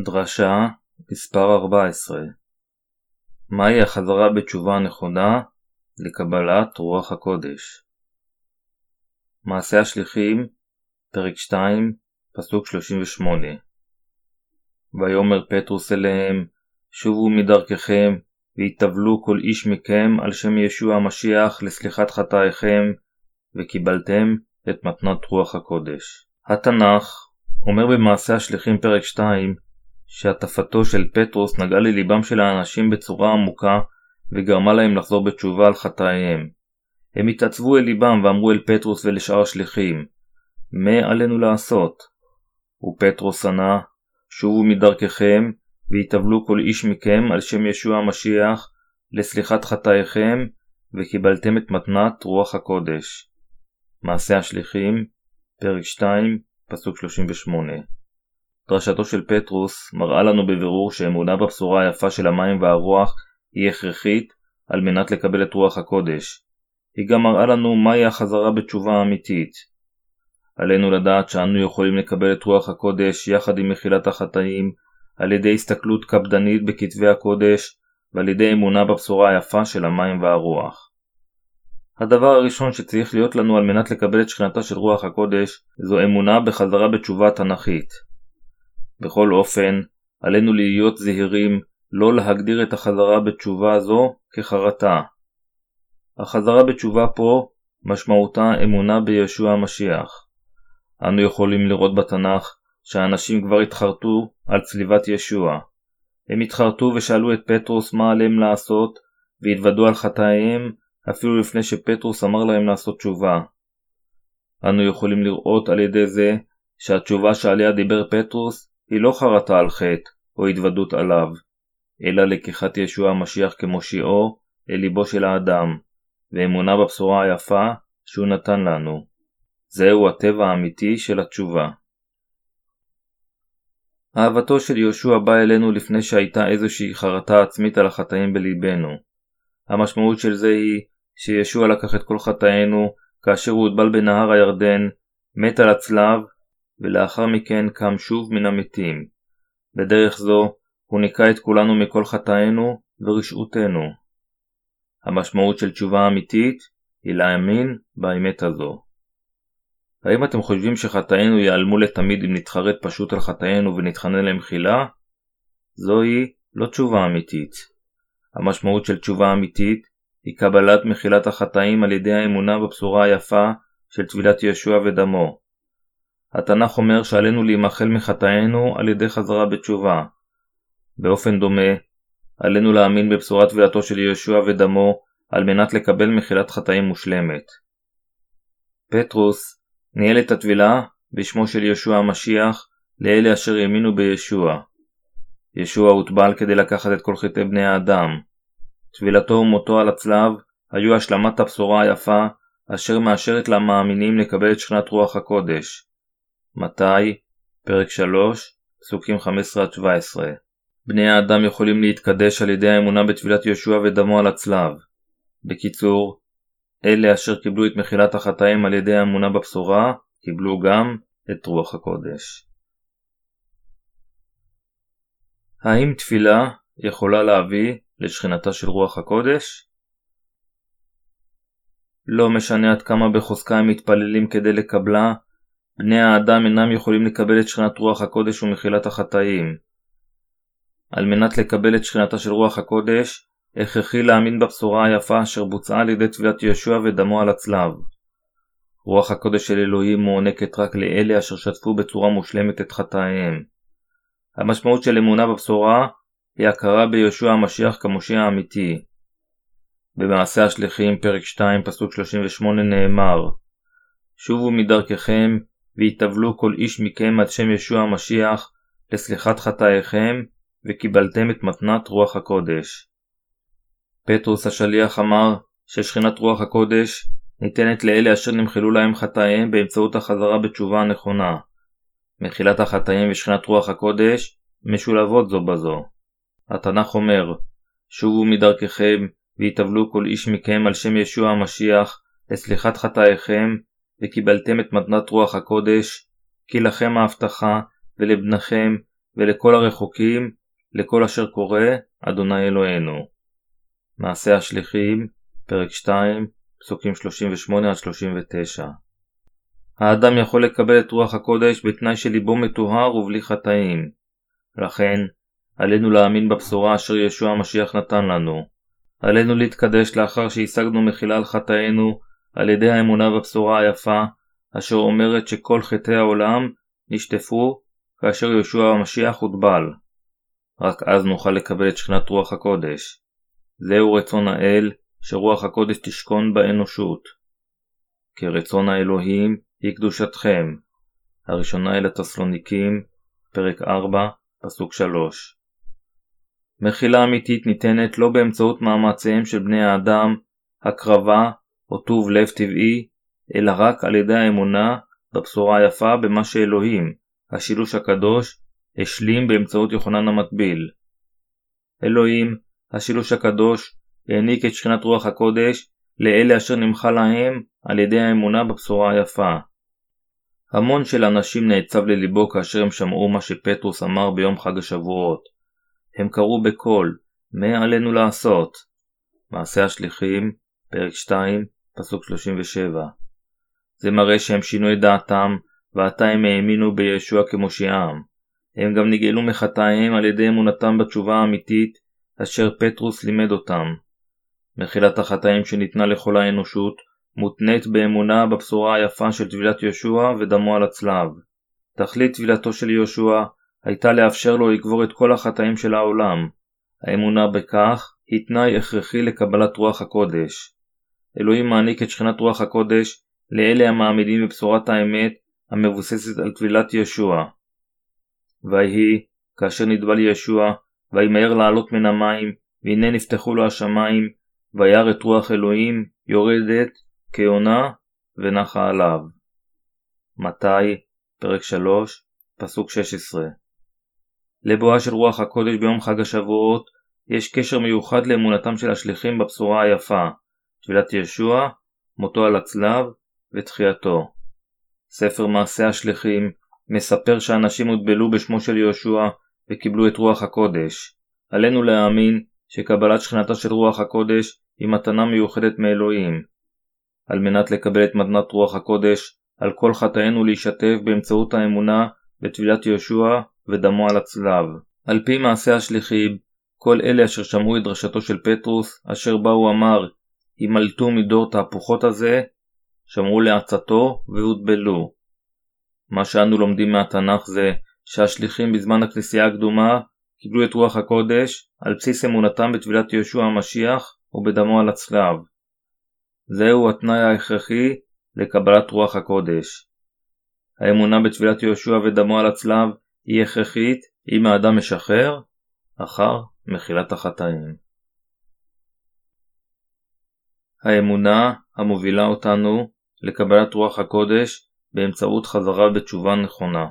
דרשה מספר 14. מהי החזרה בתשובה הנכונה לקבלת רוח הקודש? מעשה השליחים, פרק 2, פסוק 38. ויאמר פטרוס אליהם, שובו מדרככם והתאבלו כל איש מכם על שם ישוע המשיח לסליחת חטאיכם, וקיבלתם את מתנת רוח הקודש. התנ"ך אומר במעשה השליחים פרק 2 שהטפתו של פטרוס נגעה לליבם של האנשים בצורה עמוקה וגרמה להם לחזור בתשובה על חטאיהם. הם התעצבו אל ליבם ואמרו אל פטרוס ולשאר השליחים, מה עלינו לעשות? ופטרוס ענה, שובו מדרככם והתאבלו כל איש מכם על שם ישוע המשיח לסליחת חטאיכם, וקיבלתם את מתנת רוח הקודש. מעשה השליחים, פרק 2, פסוק 38. דרשתו של פטרוס מראה לנו בבירור שאמונה בבשורה היפה של המים והרוח היא הכרחית על מנת לקבל את רוח הקודש. היא גם מראה לנו מהי החזרה בתשובה האמיתית. עלינו לדעת שאנו יכולים לקבל את רוח הקודש יחד עם מחילת החטאים על ידי הסתכלות קפדנית בכתבי הקודש ועל ידי אמונה בבשורה היפה של המים והרוח. הדבר הראשון שצריך להיות לנו על מנת לקבל את שכינתה של רוח הקודש זו אמונה בחזרה בתשובה תנ"כית. בכל אופן, עלינו להיות זהירים לא להגדיר את החזרה בתשובה הזו כחרטה. החזרה בתשובה פה משמעותה אמונה בישוע המשיח. אנו יכולים לראות בתנ"ך שהאנשים כבר התחרטו על צליבת ישוע. הם התחרטו ושאלו את פטרוס מה עליהם לעשות והתוודו על חטאיהם אפילו לפני שפטרוס אמר להם לעשות תשובה. אנו יכולים לראות על ידי זה שהתשובה שעליה דיבר פטרוס היא לא חרטה על חטא או התוודות עליו, אלא לקיחת ישוע המשיח כמושיעו אל ליבו של האדם, ואמונה בבשורה היפה שהוא נתן לנו. זהו הטבע האמיתי של התשובה. אהבתו של יהושע באה אלינו לפני שהייתה איזושהי חרטה עצמית על החטאים בליבנו. המשמעות של זה היא שישוע לקח את כל חטאינו כאשר הוא הוטבל בנהר הירדן, מת על הצלב, ולאחר מכן קם שוב מן המתים. בדרך זו הוא ניקה את כולנו מכל חטאינו ורשעותנו. המשמעות של תשובה אמיתית היא להאמין באמת הזו. האם אתם חושבים שחטאינו ייעלמו לתמיד אם נתחרט פשוט על חטאינו ונתחנן למחילה? זוהי לא תשובה אמיתית. המשמעות של תשובה אמיתית היא קבלת מחילת החטאים על ידי האמונה בבשורה היפה של טבילת ישוע ודמו. התנ"ך אומר שעלינו להימחל מחטאינו על ידי חזרה בתשובה. באופן דומה, עלינו להאמין בבשורת טבילתו של ישוע ודמו על מנת לקבל מחילת חטאים מושלמת. פטרוס ניהל את הטבילה בשמו של ישוע המשיח לאלה אשר האמינו בישוע. ישוע הוטבל כדי לקחת את כל חטאי בני האדם. טבילתו ומותו על הצלב היו השלמת הבשורה היפה אשר מאשרת למאמינים לקבל את שכינת רוח הקודש. מתי, פרק 3, פסוקים 15-17. בני האדם יכולים להתקדש על ידי האמונה בטבילת ישוע ודמו על הצלב. בקיצור, אלה אשר קיבלו את מחילת החטאים על ידי האמונה בבשורה, קיבלו גם את רוח הקודש. האם תפילה יכולה להביא לשכינתה של רוח הקודש? לא משנה עד כמה בחוזקה הם מתפללים כדי לקבלה, בני האדם אינם יכולים לקבל את שכינת רוח הקודש ומחילת החטאים. על מנת לקבל את שכינתה של רוח הקודש, הכרחי להאמין בבשורה היפה אשר בוצעה על ידי טבילת ישוע ודמו על הצלב. רוח הקודש של אלוהים מוענקת רק לאלה אשר שתפו בצורה מושלמת את חטאיהם. המשמעות של אמונה בבשורה היא הכרה בישוע המשיח כמושיע האמיתי. במעשה השליחים פרק 2 פסוק 38 נאמר, שובו מדרככם והתאבלו כל איש מכם על שם ישוע המשיח לסליחת חטאיכם, וקיבלתם את מתנת רוח הקודש. פטרוס השליח אמר ששכינת רוח הקודש ניתנת לאלה אשר נמחלו להם חטאיהם באמצעות החזרה בתשובה הנכונה. מחילת החטאים ושכינת רוח הקודש משולבות זו בזו. התנ"ך אומר, שובו מדרככם והתאבלו כל איש מכם על שם ישוע המשיח לסליחת חטאיכם, וקיבלתם את מתנת רוח הקודש, כי לכם ההבטחה ולבניכם ולכל הרחוקים, לכל אשר קורא אדוני אלוהינו. מעשה השליחים, פרק 2, פסוקים 38-39. האדם יכול לקבל את רוח הקודש בתנאי שליבו מטוהר ובלי חטאים. לכן, עלינו להאמין בבשורה אשר ישוע המשיח נתן לנו. עלינו להתקדש לאחר שהשגנו מחילה על חטאינו על ידי האמונה בבשורה היפה, אשר אומרת שכל חטאי העולם נשטפו כאשר ישוע המשיח הוטבל. רק אז נוכל לקבל את שכינת רוח הקודש. זהו רצון האל, שרוח הקודש תשכון באנושות. כי רצון האלוהים היא קדושתכם. הראשונה אל התסלוניקים, פרק 4, פסוק 3. מחילה אמיתית ניתנת לא באמצעות מאמציהם של בני האדם, הקרבה או טוב לב טבעי, אלא רק על ידי האמונה בבשורה היפה במה שאלוהים, השילוש הקדוש, השלים באמצעות יוחנן המטביל. אלוהים, השילוש הקדוש, העניק את שכינת רוח הקודש לאלה אשר נמחה להם על ידי האמונה בבשורה היפה. המון של אנשים נעצב לליבו כאשר הם שמעו מה שפטרוס אמר ביום חג השבועות. הם קראו בקול, מה עלינו לעשות? מעשה השליחים, פרק 2, פסוק 37. זה מראה שהם שינו את דעתם, ועתה הם האמינו בישוע כמושיעם. הם גם נגאלו מחטאיהם על ידי אמונתם בתשובה האמיתית, אשר פטרוס לימד אותם. מחילת החטאים שניתנה לכל האנושות, מותנית באמונה בבשורה היפה של טבילת ישוע ודמו על הצלב. תכלית טבילתו של ישוע הייתה לאפשר לו לקבור את כל החטאים של העולם. האמונה בכך היא תנאי הכרחי לקבלת רוח הקודש. אלוהים מעניק את שכינת רוח הקודש לאלה המעמידים בבשורת האמת המבוססת על טבילת ישוע. ויהי, כאשר נטבל ישוע, וימהר לעלות מן המים, והנה נפתחו לו השמיים, וירא את רוח אלוהים יורדת כעונה ונחה עליו. מתי, פרק 3, פסוק 16. לבואה של רוח הקודש ביום חג השבועות יש קשר מיוחד לאמונתם של השליחים בבשורה היפה, טבילת ישוע, מותו על הצלב ותחייתו. ספר מעשה השליחים מספר שאנשים הוטבלו בשמו של ישוע וקיבלו את רוח הקודש. עלינו להאמין שקבלת שכינתה של רוח הקודש היא מתנה מיוחדת מאלוהים. על מנת לקבל את מתנת רוח הקודש, על כל חטאינו להישטף באמצעות האמונה בטבילת ישוע ודמו על הצלב. על פי מעשה השליחים, כל אלה אשר שמעו את דרשתו של פטרוס, אשר בה הוא אמר, הימלטו מדור תהפוכות הזה, שמעו לעצתו והוטבלו. מה שאנו לומדים מהתנ"ך זה שהשליחים בזמן הכנסייה הקדומה קיבלו את רוח הקודש על בסיס אמונתם בטבילת ישוע המשיח ובדמו על הצלב. זהו התנאי ההכרחי לקבלת רוח הקודש. האמונה בטבילת ישוע ודמו על הצלב היא הכרחית אם האדם משחרר אחר מחילת החטאים. האמונה המובילה אותנו לקבלת רוח הקודש באמצעות חזרה בתשובה נכונה.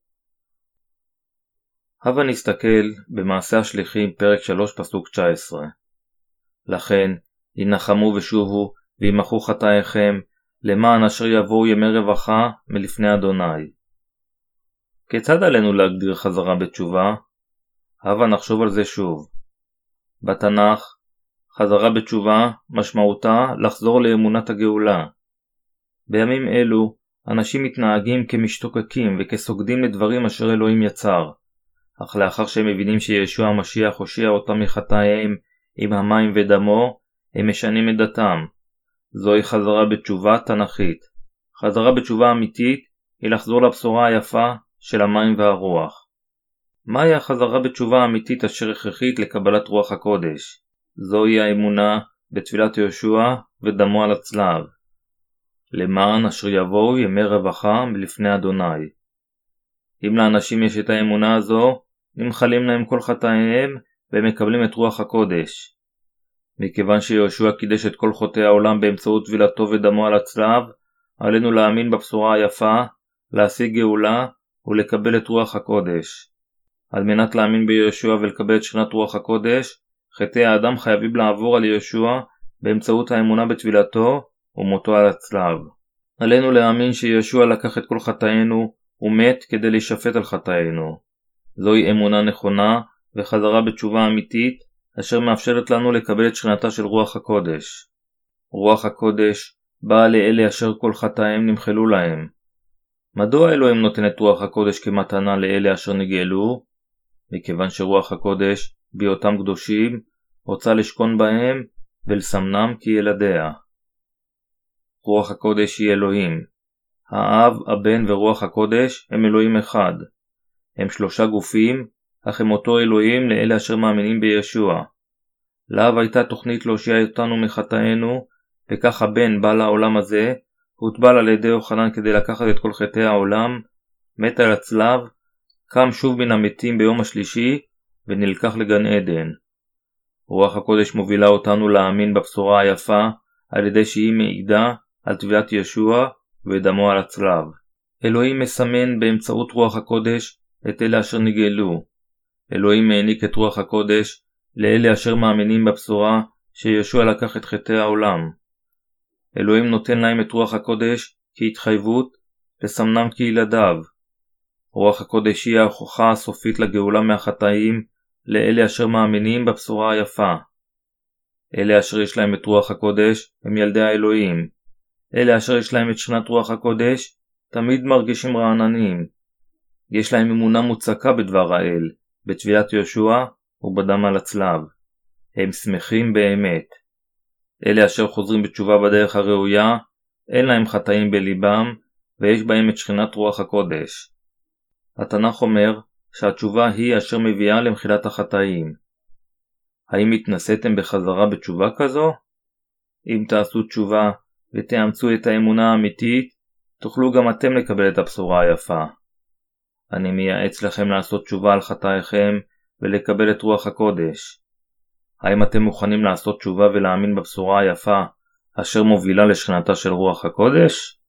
הבה נסתכל במעשה השליחים פרק 3 פסוק 19. לכן ינחמו ושובו וימחו חטאיכם למען אשר יבואו ימי רווחה מלפני אדוני. כיצד עלינו להגדיר חזרה בתשובה? הבה נחשוב על זה שוב. בתנ"ך, חזרה בתשובה משמעותה לחזור לאמונת הגאולה. בימים אלו, אנשים מתנהגים כמשתוקקים וכסוגדים לדברים אשר אלוהים יצר. אך לאחר שהם מבינים שישוע המשיח הושיע אותם מחטאיהם עם המים ודמו, הם משנים את דתם. זוהי חזרה בתשובה תנ"כית. חזרה בתשובה אמיתית היא לחזור לבשורה היפה של המים והרוח. מהי החזרה בתשובה האמיתית אשר הכרחית לקבלת רוח הקודש? זוהי האמונה בטבילת ישוע ודמו על הצלב. למען אשר יבואו ימי רווחה מלפני אדוני. אם לאנשים יש את האמונה הזו, נמחלים להם כל חטאיהם והם מקבלים את רוח הקודש. מכיוון שישוע קידש את כל חוטאי העולם באמצעות טבילתו ודמו על הצלב, עלינו להאמין בבשורה היפה, להשיג גאולה ולקבל את רוח הקודש. על מנת להאמין בישוע ולקבל את שכינת רוח הקודש, חטאי האדם חייבים לעבור על ישוע באמצעות האמונה בטבילתו ומותו על הצלב. עלינו להאמין שישוע לקח את כל חטאינו ומת כדי להישפט על חטאינו. זוהי אמונה נכונה וחזרה בתשובה אמיתית, אשר מאפשרת לנו לקבל את שכינתה של רוח הקודש. רוח הקודש באה לאלה אשר כל חטאיהם נמחלו להם. מדוע אלוהים נותן את רוח הקודש כמתנה לאלה אשר נגאלו? מכיוון שרוח הקודש, בהיותם קדושים, רוצה לשכון בהם ולסמנם כילדיה. רוח הקודש היא אלוהים. האב, הבן ורוח הקודש הם אלוהים אחד. הם שלושה גופים, אך הם אותו אלוהים לאלה אשר מאמינים בישוע. לאב הייתה תוכנית להושיע אותנו מחטאינו, וכך הבן בא לעולם הזה, הוטבל על ידי יוחנן כדי לקחת את כל חטאי העולם, מת על הצלב, קם שוב מן המתים ביום השלישי, ונלקח לגן עדן. רוח הקודש מובילה אותנו להאמין בבשורה היפה, על ידי שהיא מעידה על טביעת ישוע ודמו על הצלב. אלוהים מסמן באמצעות רוח הקודש את אלה אשר נגאלו. אלוהים העניק את רוח הקודש לאלה אשר מאמינים בבשורה שישוע לקח את חטאי העולם. אלוהים נותן להם את רוח הקודש כהתחייבות לסמנם כילדיו. רוח הקודש היא ההוכחה הסופית לגאולה מהחטאים לאלה אשר מאמינים בבשורה היפה. אלה אשר יש להם את רוח הקודש הם ילדי האלוהים. אלה אשר יש להם את שכינת רוח הקודש תמיד מרגישים רעננים. יש להם אמונה מוצקה בדבר האל, בטביעת ישוע ובדם על הצלב. הם שמחים באמת. אלה אשר חוזרים בתשובה בדרך הראויה, אין להם חטאים בליבם, ויש בהם את שכינת רוח הקודש. התנ"ך אומר שהתשובה היא אשר מביאה למחילת החטאים. האם התנסיתם בחזרה בתשובה כזו? אם תעשו תשובה ותאמצו את האמונה האמיתית, תוכלו גם אתם לקבל את הבשורה היפה. אני מייעץ לכם לעשות תשובה על חטאיכם ולקבל את רוח הקודש. האם אתם מוכנים לעשות תשובה ולהאמין בבשורה היפה אשר מובילה לשכינתה של רוח הקודש?